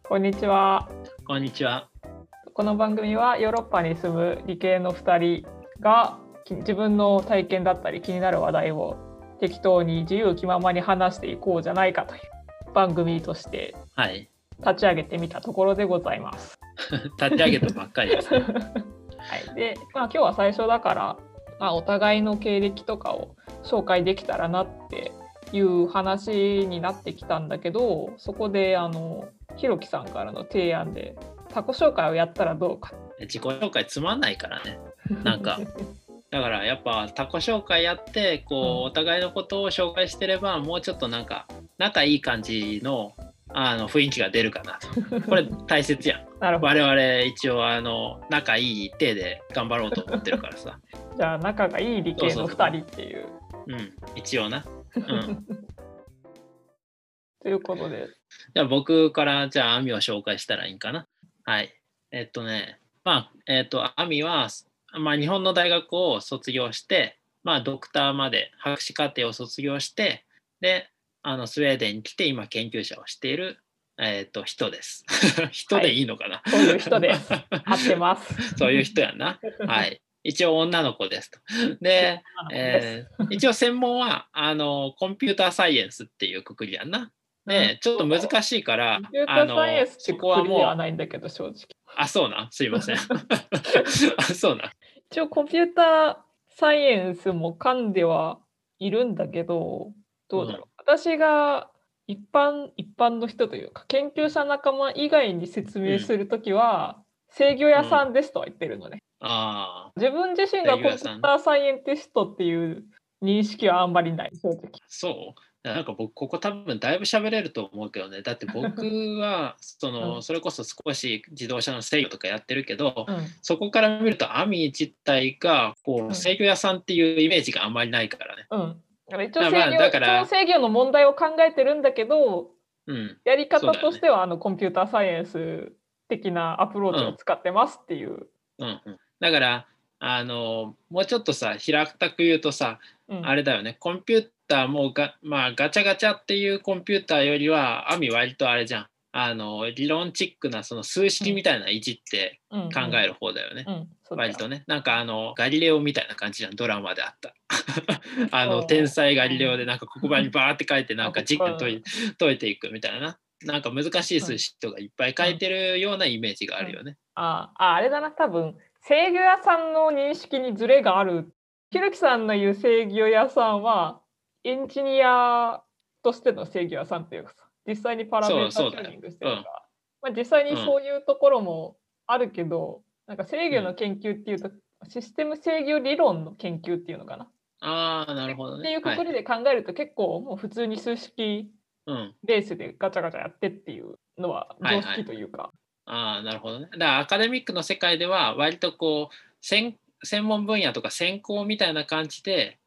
こんにちは。 こんにちは。 この番組はヨーロッパに住む理系の2人が自分の体験だったり気になる話題を適当に自由気ままに話していこうじゃないかという番組として立ち上げてみたところでございます。 立ち上げたばっかりです、ね。はい。で、今日は最初だから、お互いの経歴とかを紹介できたらなっていう話になってきたんだけど、そこでひろきさんからの提案で他己紹介をやったらどうか。 自己紹介つまんないからね。なんかだからやっぱ他己紹介やってお互いのことを紹介してればもうちょっとなんか仲いい感じの雰囲気が出るかなと。これ大切やん。我々一応仲いい体で頑張ろうと思ってるからさ。 じゃあ仲がいい理系の2人っていう。 一応な。 ということで。 じゃあ僕からじゃあ亜美を紹介したらいいんかな。はい。亜美は、日本の大学を卒業して、ドクターまで博士課程を卒業して、で、スウェーデンに来て今研究者をしている、人です。人でいいのかな、 そういう人です。合ってます。 そういう人やな。はい。一応女の子ですと。で、一応専門はコンピューターサイエンスっていうくくりやんな。で、ちょっと難しいから、 コンピューターサイエンスってくくりではないんだけど、正直。 そうなん、すいません。そうなん。 一応コンピューターサイエンスも噛んではいるんだけど、どうだろう。私が一般の人というか研究者仲間以外に説明するときは、制御屋さんですとは言ってるのね。自分自身がコンピューターサイエンティストっていう認識はあんまりない、正直。 そうなんか僕ここ多分だいぶ喋れると思うけどね。だって僕はそれこそ少し自動車の制御とかやってるけど、そこから見ると亜美自体が制御屋さんっていうイメージがあんまりないからね。 一応制御の問題を考えてるんだけど、やり方としてはコンピューターサイエンス的なアプローチを使ってますっていう。 だからもうちょっとさ平たく言うとさ、あれだよね、コンピューターもガチャガチャっていうコンピューターよりは亜美割とあれじゃん、理論チックなその数式みたいないじって考える方だよね、割とね。なんかガリレオみたいな感じじゃん、ドラマであった天才ガリレオでなんか黒板にバーって書いてなんか実験解いていくみたいな、なんか難しい数式とかいっぱい書いてるようなイメージがあるよね。 あれだな、多分制御屋さんの認識にズレがある。ひろきさんの言う制御屋さんはエンジニアとしての制御屋さんっていうかさ、実際にパラメータチューニングしてるから、実際にそういうところもあるけど、なんか制御の研究っていうと、システム制御理論の研究っていうのかな。 なるほどね。 っていうくくりで考えると、結構もう普通に数式ベースでガチャガチャやってっていうのは常識というか。 なるほどね。だからアカデミックの世界では割と専門分野とか専攻みたいな感じで、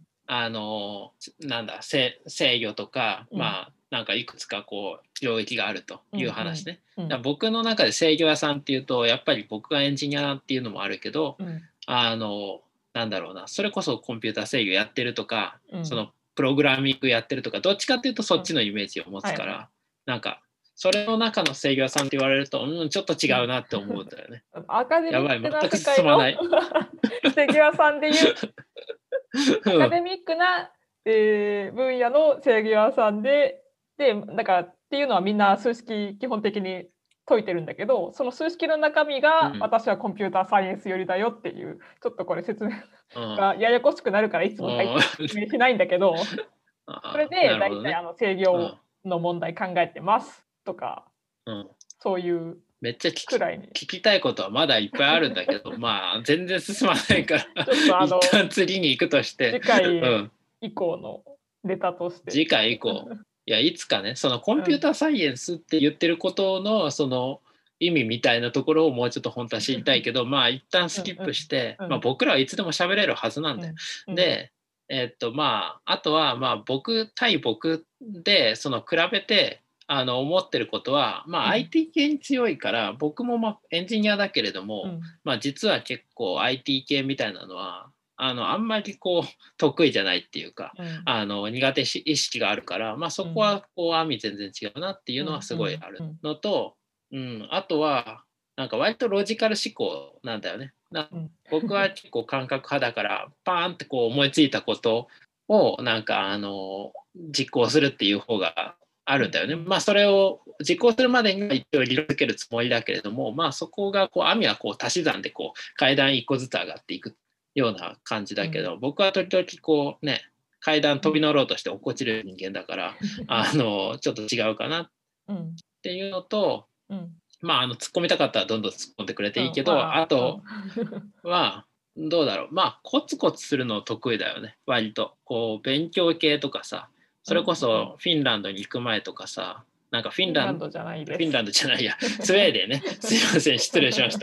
なんだ制御とか、なんかいくつか領域があるという話ね。だから僕の中で制御屋さんっていうとやっぱり僕がエンジニアっていうのもあるけど、なんだろうな、それこそコンピューター制御やってるとか、そのプログラミングやってるとか、どっちかっていうとそっちのイメージを持つから、なんかそれの中の制御屋さんって言われると、ちょっと違うなって思うんだよね。 アカデミックな世界の制御屋さんでいうアカデミックな、分野の制御屋さんでだからっていうのはみんな数式基本的に解いてるんだけど、その数式の中身が私はコンピューターサイエンス寄りだよっていう、ちょっとこれ説明がややこしくなるからいつも説明しないんだけど、それで大体制御の問題考えてますとか、そういうめっちゃ聞きたいことはまだいっぱいあるんだけど全然進まないから一旦次に行くとして、 次回以降のネタとして次回以降いつかね、そのコンピューターサイエンスって言ってることのその意味みたいなところをもうちょっと本当は知りたいけど一旦スキップして、僕らはいつでも喋れるはずなんだよ。であとは僕対僕でその比べて思ってることは、IT 系に強いから僕もエンジニアだけれども、実は結構 IT 系みたいなのはあんまり得意じゃないっていうか、苦手意識があるから、そこは亜美全然違うなっていうのはすごいあるのと、 あとはなんか割とロジカル思考なんだよね。僕は結構感覚派だからパーンってこう思いついたことをなんか実行するっていう方があるんだよね。まあそれを実行するまでには一応理論づけるつもりだけれども、まあそこがこう網はこう足し算でこう階段一個ずつ上がっていくような感じだけど、僕は時々こうね階段飛び乗ろうとして落っこちる人間だからちょっと違うかなっていうのと、まあ突っ込みたかったらどんどん突っ込んでくれていいけど、あとはどうだろう、まあコツコツするの得意だよね。割とこう勉強系とかさ、それこそフィンランドに行く前とかさ、なんかフィンランドじゃないや、スウェーデンね。すいません、失礼しました。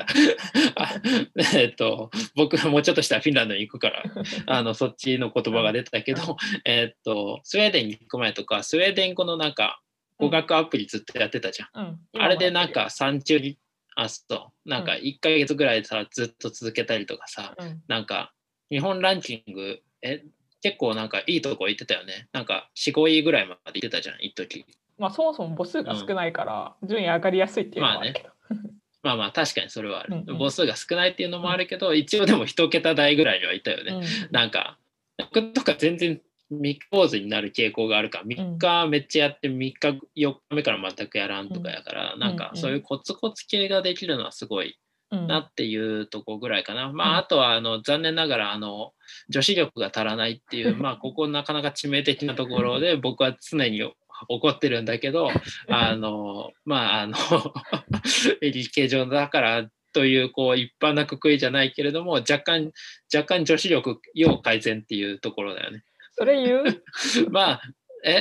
僕はもうちょっとしたらフィンランドに行くからそっちの言葉が出たけど、スウェーデンに行く前とかスウェーデン語のなんか語学アプリずっとやってたじゃん。あれでなんか3中になんか1ヶ月ぐらいさずっと続けたりとかさ、なんか日本ランキング結構なんかいいとこ行ってたよね。なんか4、5位ぐらいまで行ってたじゃん、一時。 まあそもそも母数が少ないから順位上がりやすいっていうのはあるけど。 まあ確かにそれはある。母数が少ないっていうのもあるけど、一応でも1桁台ぐらいにはいたよね。なんか僕とか全然3日坊主になる傾向があるから、3日めっちゃやって3日4日目から全くやらんとかやから、なんかそういうコツコツ系ができるのはすごいなっていうとこぐらいかな。まああとは残念ながら女子力が足らないっていうまあここなかなか致命的なところで僕は常に怒ってるんだけどまあ理系上だからというこう一般なくくりじゃないけれども若干女子力要改善っていうところだよね。 それ言うまあ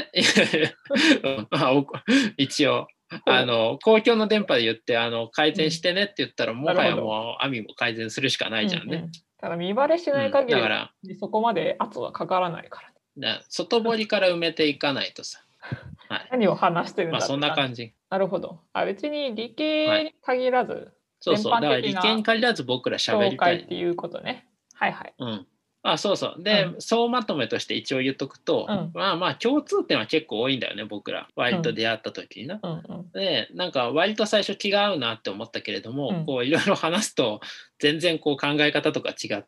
まあ一応公共の電波で言って改善してねって言ったら、もはやもう網も改善するしかないじゃんね。 ただ見バレしない限り、だからそこまで圧はかからないからね。外堀から埋めていかないとさ。 はい、何を話してるんだってそんな感じ。 なるほど。別に理系に限らず、 そうそう。だから理系に限らず僕ら喋りたい。 っていうことね。はいはい。 そうそう。で、総まとめとして一応言っとくと、まあ共通点は結構多いんだよね、僕ら。割と出会った時にな。で、なんか割と最初気が合うなって思ったけれども、こういろいろ話すと全然こう考え方とか違って、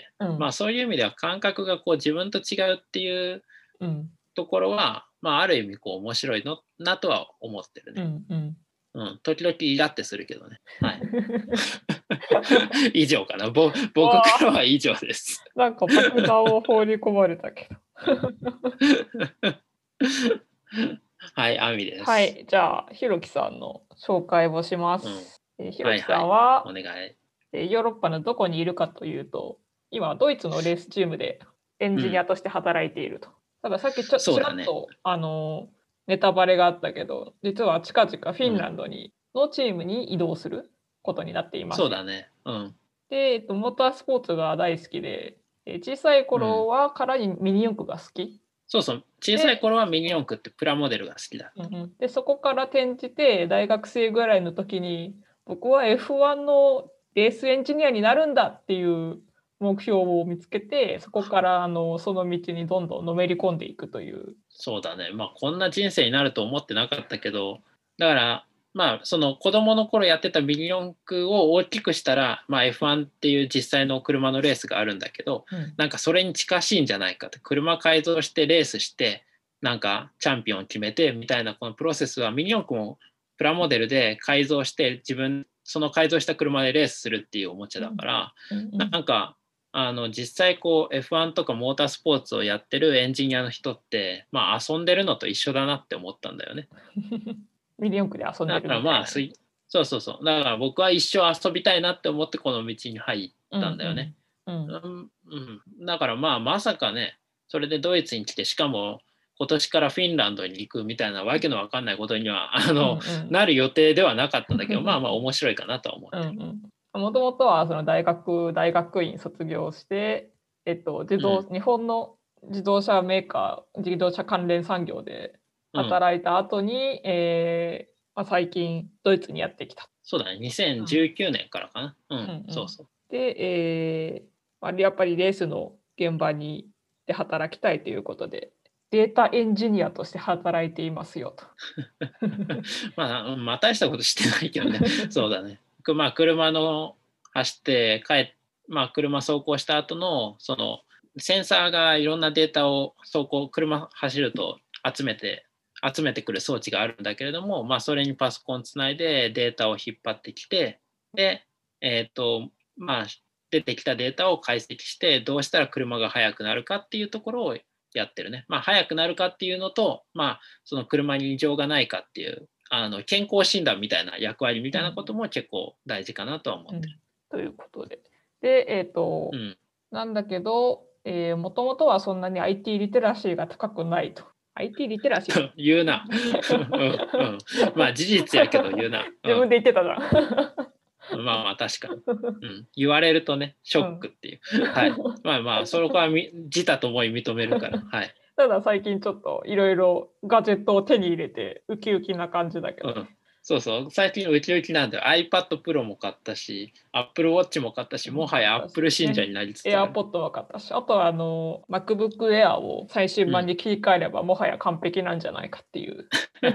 まあそういう意味では感覚がこう自分と違うっていうところは、まあある意味こう面白いのなとは思ってるね。時々イラってするけどね。はい。以上かな。僕からは以上です。 なんか爆弾を放り込まれたけど。 はい、アミです。 はい、じゃあひろきさんの紹介をします。ひろきさんは、 お願い。 ヨーロッパのどこにいるかというと、今ドイツのレースチームでエンジニアとして働いていると。たださっきちらっと、ネタバレがあったけど、実は近々フィンランドのチームに移動することになっています。 そうだね。 で、モータースポーツが大好きで、小さい頃はからミニ四駆が好き。 そうそう。小さい頃はミニ四駆ってプラモデルが好きだ。 で、そこから転じて大学生ぐらいの時に、僕は F1 のレースエンジニアになるんだっていう目標を見つけて、そこからその道にどんどんのめり込んでいくという。 そうだね。まあこんな人生になると思ってなかったけど、だからまあその子供の頃やってたミニ四駆を大きくしたら、まあ、F1 っていう実際の車のレースがあるんだけど、なんかそれに近しいんじゃないかって、車改造してレースしてなんかチャンピオン決めてみたいなこのプロセスはミニ四駆もプラモデルで改造してその改造した車でレースするっていうおもちゃだから、なんか実際こう F1 とかモータースポーツをやってるエンジニアの人って、まあ、遊んでるのと一緒だなって思ったんだよね。 ミニ四駆で遊んでるみたいな。 だからまあそうだから僕は一生遊びたいなって思ってこの道に入ったんだよね。だからまあまさかねそれでドイツに来てしかも今年からフィンランドに行くみたいなわけのわかんないことにはなる予定ではなかったんだけどまあまあ面白いかなとは思って。 もともとはその大学院卒業して、日本の自動車メーカー自動車関連産業で働いた後に、最近ドイツにやってきた。 そうだね、2019年からかな。そうそう。 で、やっぱりレースの現場で働きたいということで、 データエンジニアとして働いていますよと。 まあ大したことしてないけどね。そうだね。まあ車の走って車走行した後のそのセンサーがいろんなデータを車走ると集めてくる装置があるんだけれども、まあそれにパソコンつないでデータを引っ張ってきて、でまあ出てきたデータを解析してどうしたら車が速くなるかっていうところをやってるね。まあ速くなるかっていうのと、まあその車に異常がないかっていう健康診断みたいな役割みたいなことも結構大事かなとは思ってる。 ということで。で、なんだけど、もともとはそんなに IT リテラシーが高くないと。IT リテラシー言うな。まあ事実やけど言うな。 自分で言ってたじゃん。 まあ確かに、言われるとねショックっていう、はい、まあそこは自他ともに認めるから、はい。 ただ最近ちょっといろいろガジェットを手に入れてウキウキな感じだけど、 そうそう最近ウキウキなんだよ。 iPad Pro も買ったし Apple Watch も買ったし、もはや Apple 信者になりつつある。 AirPod も買ったし、あとはMacBook Air を最新版に切り替えればもはや完璧なんじゃないかっていう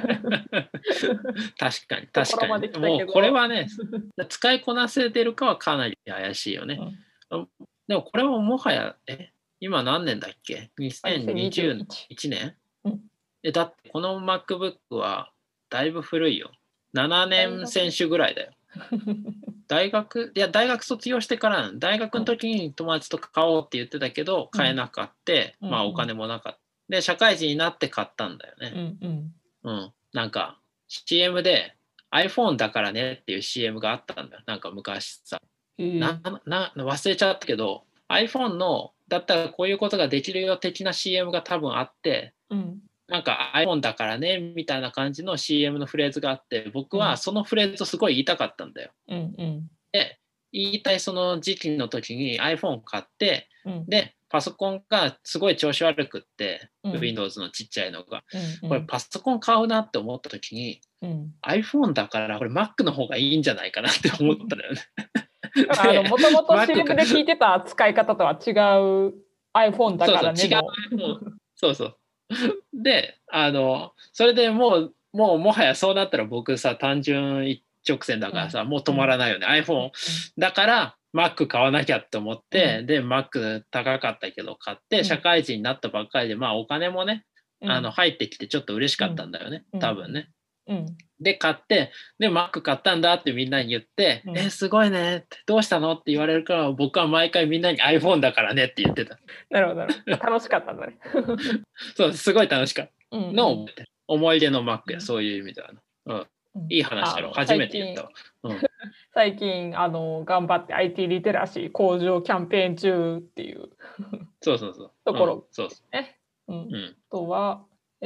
確かにもうこれはね使いこなせてるかはかなり怪しいよね、でもこれはもはや今何年だっけ、2021年、だってこの MacBook はだいぶ古いよ。7年選手ぐらいだよ。大学卒業してから大学の時に友達と買おうって言ってたけど買えなかった、まあお金もなかった。で社会人になって買ったんだよね。なんか CM で iPhone だからねっていう CM があったんだよ。なんか昔さ。忘れちゃったけど iPhone のだったらこういうことができるよ的な CM が多分あって、なんか iPhone だからねみたいな感じの CM のフレーズがあって、僕はそのフレーズをすごい言いたかったんだよ。で言いたいその時期の時に iPhone 買って、でパソコンがすごい調子悪くって、Windows のちっちゃいのが、これパソコン買うなって思った時に、iPhone だからこれ Mac の方がいいんじゃないかなって思ったんだよね。 もともと CM で聞いてた使い方とは違う iPhone だからねの。 そうでそれでもはやそうなったら僕さ単純一直線だからさ、もう止まらないよね、iPhone だから Mac 買わなきゃって思って、で Mac 高かったけど買って、社会人になったばっかりで、まあお金もね入ってきてちょっと嬉しかったんだよね、多分ね。で買って、で Mac 買ったんだってみんなに言って、すごいねってどうしたのって言われるから、僕は毎回みんなに iPhone だからねって言ってた。 なるほど楽しかったんだね。 そうすごい楽しかったの思い出の Mac や、そういう意味では、いい話だろ、初めて言ったわ。 最近頑張って IT リテラシー向上キャンペーン中っていうところですね。あとは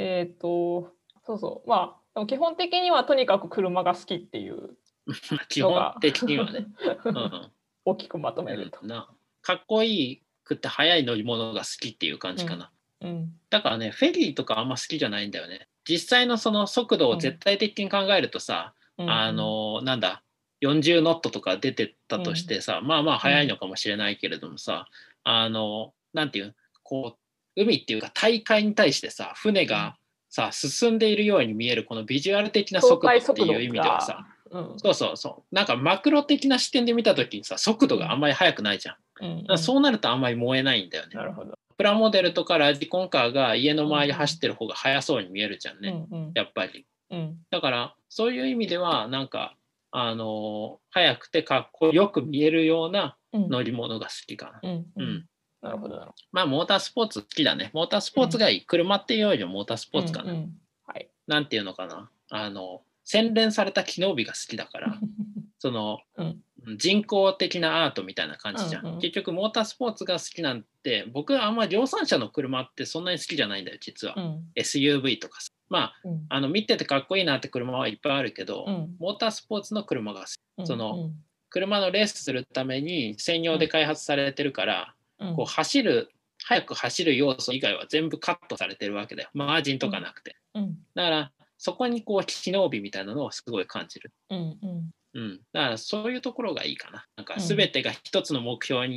そうまあでも基本的にはとにかく車が好きっていう基本的にはね、 大きくまとめると、 かっこいいくって速い乗り物が好きっていう感じかな。だからねフェリーとかあんま好きじゃないんだよね。実際のその速度を絶対的に考えるとさ、なんだ40ノットとか出てたとしてさ、まあまあ速いのかもしれないけれどもさ、なんていうこう海っていうか大海に対してさ船がさ進んでいるように見えるこのビジュアル的な速度っていう意味ではさ、なんかマクロ的な視点で見た時にさ速度があんまり速くないじゃん。そうなるとあんまり燃えないんだよね。 なるほど。 プラモデルとかラジコンカーが家の周り走ってる方が速そうに見えるじゃんね、やっぱり。だからそういう意味ではなんか速くてかっこよく見えるような乗り物が好きかな。 なるほど。 まあモータースポーツ好きだね。モータースポーツがいい。車っていうよりもモータースポーツかな。なんていうのかな。洗練された機能美が好きだからその、人工的なアートみたいな感じじゃん。結局モータースポーツが好きなんて、僕はあんまり量産車の車ってそんなに好きじゃないんだよ実は。SUV とかさ、まあ、見ててかっこいいなって車はいっぱいあるけど、モータースポーツの車が好き。その車のレースするために専用で開発されてるから、こう速く走る要素以外は全部カットされてるわけだよ。マージンとかなくて。だからそこにこう機能美みたいなのをすごい感じる。だからそういうところがいいかな。なんか全てが一つの目標に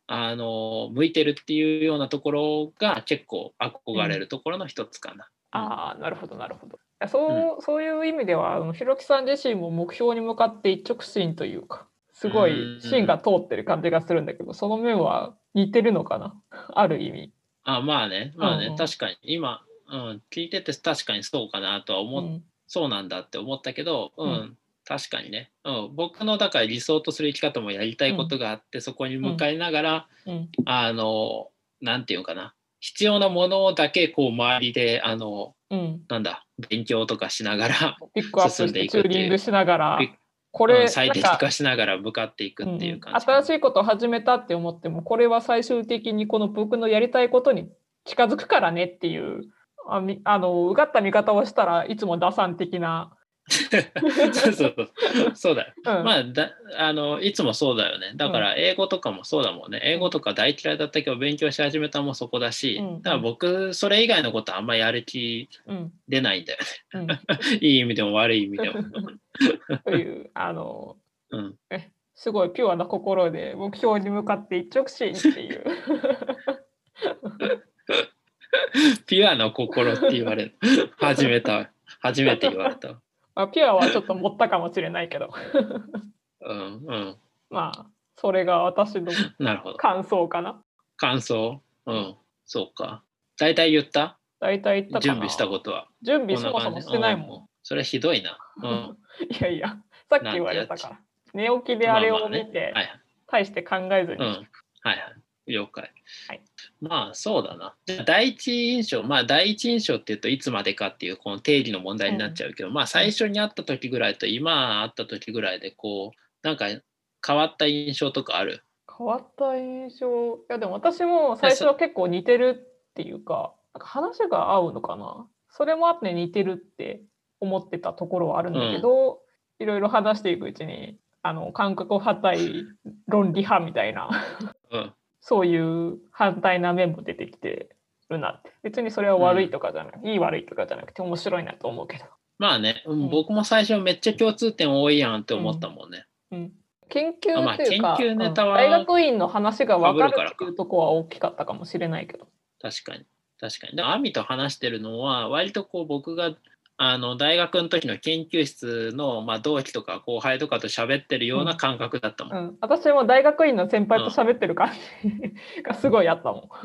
向いてるっていうようなところが結構憧れるところの一つかな。 ああ、なるほどなるほど。そういう意味ではひろきさん自身も目標に向かって一直線というか、すごい芯が通ってる感じがするんだけど、その面は似てるのかなある意味。 まあね、確かに今、聞いてて確かにそうかなとはそうなんだって思ったけど、確かにね、僕のだから理想とする生き方もやりたいことがあって、そこに向かいながら、なんていうかな、必要なものだけこう周りでなんだ勉強とかしながらピックアップしてチューリングしながら、 これ最適化しながら向かっていくっていう感じ、 新しいことを始めたって思っても、これは最終的にこの僕のやりたいことに近づくからねっていううがった見方をしたらいつも打算的なそうだよ、まあいつもそうだよね。だから英語とかもそうだもんね。英語とか大嫌いだったけど勉強し始めたもそこだし、だから僕それ以外のことあんまりやる気出ないんだよね、いい意味でも悪い意味でもというすごいピュアな心で目標に向かって一直線っていうピュアな心って言われる初めて言われた。 ピュアはちょっと持ったかもしれないけどまあそれが私の感想かな。 感想、そうか。大体言った？ 大体言ったかな。 準備したことは。 準備そもそもしてないもん。 それひどいな。 いやいや、さっき言われたから。寝起きであれを見て、大して考えずに。 了解。まあそうだな。第一印象っていうといつまでかっていうこの定義の問題になっちゃうけど、まあ最初に会った時ぐらいと今会った時ぐらいでこうなんか変わった印象とかある？ 変わった印象、いやでも私も最初は結構似てるっていうか、なんか話が合うのかな。それもあって似てるって思ってたところはあるんだけど、いろいろ話していくうちに感覚派対論理派みたいなそういう反対な面も出てきてるなって。別にそれは悪いとかじゃなく、いい悪いとかじゃなくて面白いなと思うけど。 まあね、僕も最初めっちゃ共通点多いやんって思ったもんね。 研究っていうか、 研究ネタは大学院の話が分かるっていうところは大きかったかもしれないけど。 確かに。でアミと話してるのは割とこう僕が大学の時の研究室の、同期とか後輩とかと喋ってるような感覚だったもん。 私も大学院の先輩と喋ってる感じがすごいあったもん。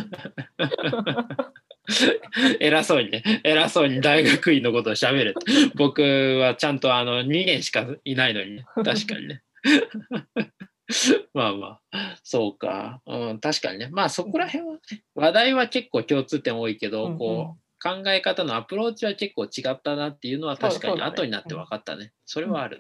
偉そうに大学院のことを喋る。僕はちゃんと2年しかいないのにね。確かにね。まあそうか、確かにね。まあそこら辺は、ね、話題は結構共通点多いけど、こう考え方のアプローチは結構違ったなっていうのは確かに後になって分かったね。それはある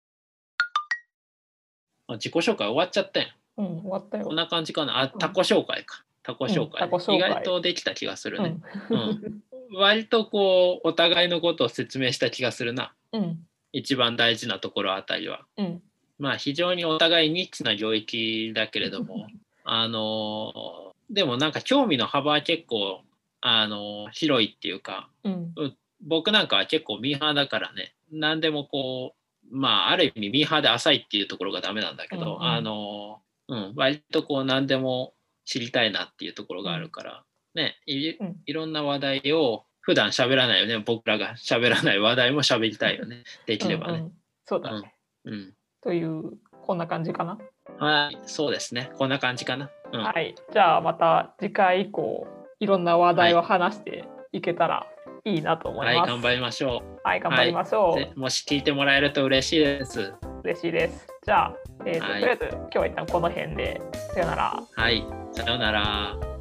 な。自己紹介終わっちゃったやん。 終わったよ。 こんな感じかな。他己紹介か。他己紹介、意外とできた気がするね。割とこうお互いのことを説明した気がするな。一番大事なところあたりは。まあ非常にお互いニッチな領域だけれどもでもなんか興味の幅は結構広いっていうか、僕なんかは結構ミーハーだからね、何でもこうある意味ミーハーで浅いっていうところがダメなんだけど、割とこう何でも知りたいなっていうところがあるからね、いろんな話題を普段喋らないよね。僕らが喋らない話題も喋りたいよね。できればね。 そうだね。というこんな感じかな。 はい、そうですね。こんな感じかな。 はい、じゃあまた次回以降いろんな話題を話していけたらいいなと思います。 はい、頑張りましょう。 はい、頑張りましょう。もし聞いてもらえると嬉しいです。 嬉しいです。じゃあ、とりあえず今日は一旦この辺でさよなら。 はい、さよなら。